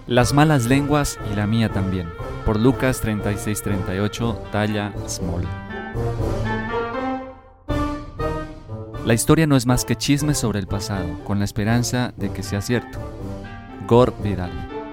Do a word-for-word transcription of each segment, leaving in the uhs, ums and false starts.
Las malas lenguas y la mía también, por Lucas treinta y seis treinta y ocho, talla small. La historia no es más que chismes sobre el pasado, con la esperanza de que sea cierto. Gore Vidal.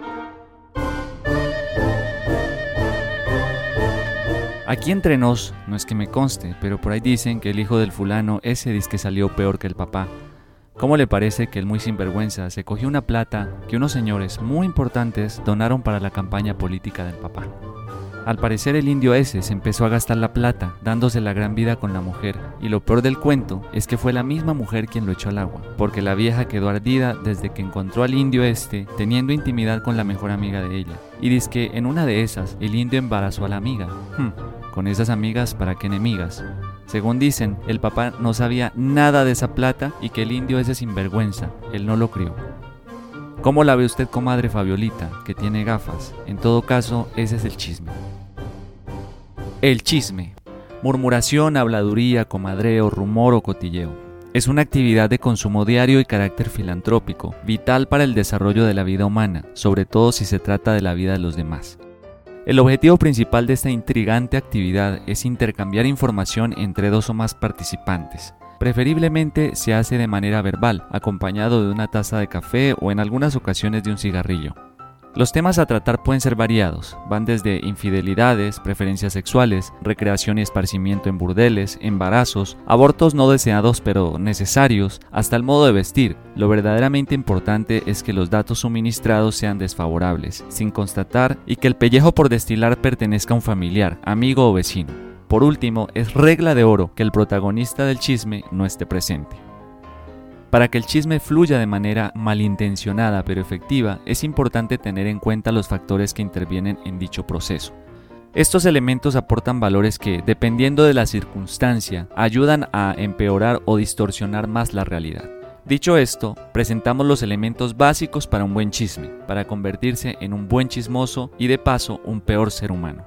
Aquí entre nos, no es que me conste, pero por ahí dicen que el hijo del fulano ese disque salió peor que el papá. ¿Cómo le parece que el muy sinvergüenza se cogió una plata que unos señores muy importantes donaron para la campaña política del papá? Al parecer el indio ese se empezó a gastar la plata, dándose la gran vida con la mujer, y lo peor del cuento es que fue la misma mujer quien lo echó al agua, porque la vieja quedó ardida desde que encontró al indio este teniendo intimidad con la mejor amiga de ella, y dizque en una de esas el indio embarazó a la amiga. Hmm, con esas amigas, ¿para qué enemigas? Según dicen, el papá no sabía nada de esa plata y que el indio ese sinvergüenza, él no lo crió. ¿Cómo la ve usted, comadre Fabiolita, que tiene gafas? En todo caso, ese es el chisme. El chisme. Murmuración, habladuría, comadreo, rumor o cotilleo. Es una actividad de consumo diario y carácter filantrópico, vital para el desarrollo de la vida humana, sobre todo si se trata de la vida de los demás. El objetivo principal de esta intrigante actividad es intercambiar información entre dos o más participantes. Preferiblemente se hace de manera verbal, acompañado de una taza de café o en algunas ocasiones de un cigarrillo. Los temas a tratar pueden ser variados, van desde infidelidades, preferencias sexuales, recreación y esparcimiento en burdeles, embarazos, abortos no deseados pero necesarios, hasta el modo de vestir. Lo verdaderamente importante es que los datos suministrados sean desfavorables, sin constatar, y que el pellejo por destilar pertenezca a un familiar, amigo o vecino. Por último, es regla de oro que el protagonista del chisme no esté presente. Para que el chisme fluya de manera malintencionada pero efectiva, es importante tener en cuenta los factores que intervienen en dicho proceso. Estos elementos aportan valores que, dependiendo de la circunstancia, ayudan a empeorar o distorsionar más la realidad. Dicho esto, presentamos los elementos básicos para un buen chisme, para convertirse en un buen chismoso y de paso un peor ser humano.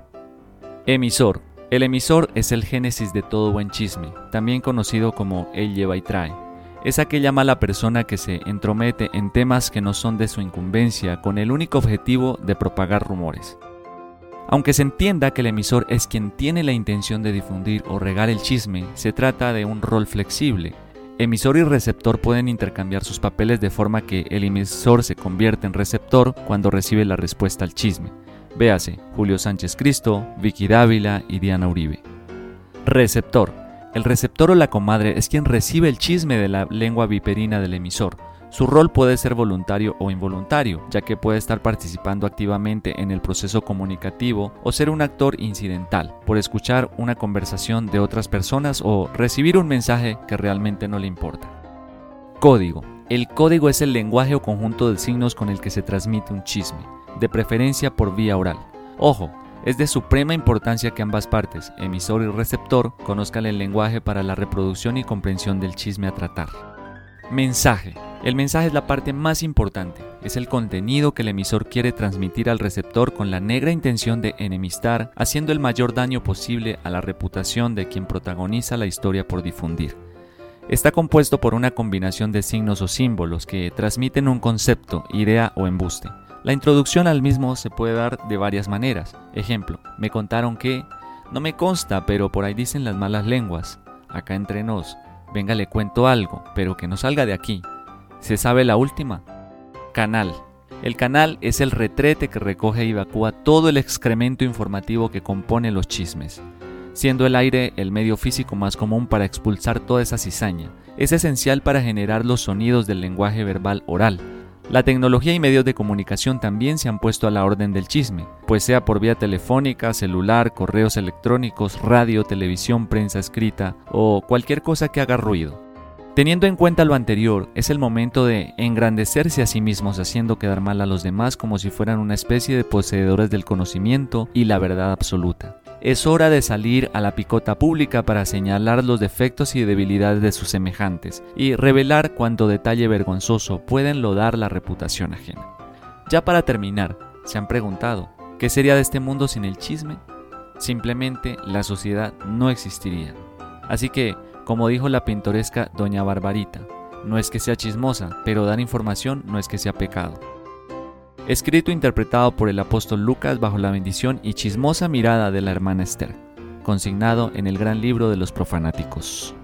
Emisor. El emisor es el génesis de todo buen chisme, también conocido como él lleva y trae. Es aquella mala persona que se entromete en temas que no son de su incumbencia con el único objetivo de propagar rumores. Aunque se entienda que el emisor es quien tiene la intención de difundir o regar el chisme, se trata de un rol flexible. Emisor y receptor pueden intercambiar sus papeles de forma que el emisor se convierte en receptor cuando recibe la respuesta al chisme. Véase, Julio Sánchez Cristo, Vicky Dávila y Diana Uribe. Receptor. El receptor o la comadre es quien recibe el chisme de la lengua viperina del emisor. Su rol puede ser voluntario o involuntario, ya que puede estar participando activamente en el proceso comunicativo o ser un actor incidental, por escuchar una conversación de otras personas o recibir un mensaje que realmente no le importa. Código. El código es el lenguaje o conjunto de signos con el que se transmite un chisme, de preferencia por vía oral. Ojo, es de suprema importancia que ambas partes, emisor y receptor, conozcan el lenguaje para la reproducción y comprensión del chisme a tratar. Mensaje. El mensaje es la parte más importante. Es el contenido que el emisor quiere transmitir al receptor con la negra intención de enemistar, haciendo el mayor daño posible a la reputación de quien protagoniza la historia por difundir. Está compuesto por una combinación de signos o símbolos que transmiten un concepto, idea o embuste. La introducción al mismo se puede dar de varias maneras. Ejemplo, me contaron que, no me consta, pero por ahí dicen las malas lenguas. Acá entre nos, venga le cuento algo, pero que no salga de aquí. ¿Se sabe la última? Canal. El canal es el retrete que recoge y evacúa todo el excremento informativo que compone los chismes. Siendo el aire el medio físico más común para expulsar toda esa cizaña, es esencial para generar los sonidos del lenguaje verbal oral. La tecnología y medios de comunicación también se han puesto a la orden del chisme, pues sea por vía telefónica, celular, correos electrónicos, radio, televisión, prensa escrita o cualquier cosa que haga ruido. Teniendo en cuenta lo anterior, es el momento de engrandecerse a sí mismos haciendo quedar mal a los demás como si fueran una especie de poseedores del conocimiento y la verdad absoluta. Es hora de salir a la picota pública para señalar los defectos y debilidades de sus semejantes y revelar cuánto detalle vergonzoso puede enlodar la reputación ajena. Ya para terminar, ¿se han preguntado qué sería de este mundo sin el chisme? Simplemente la sociedad no existiría. Así que, como dijo la pintoresca doña Barbarita, no es que sea chismosa, pero dar información no es que sea pecado. escrito e interpretado por el apóstol Lucas bajo la bendición y chismosa mirada de la hermana Esther, consignado en el gran libro de los profanáticos.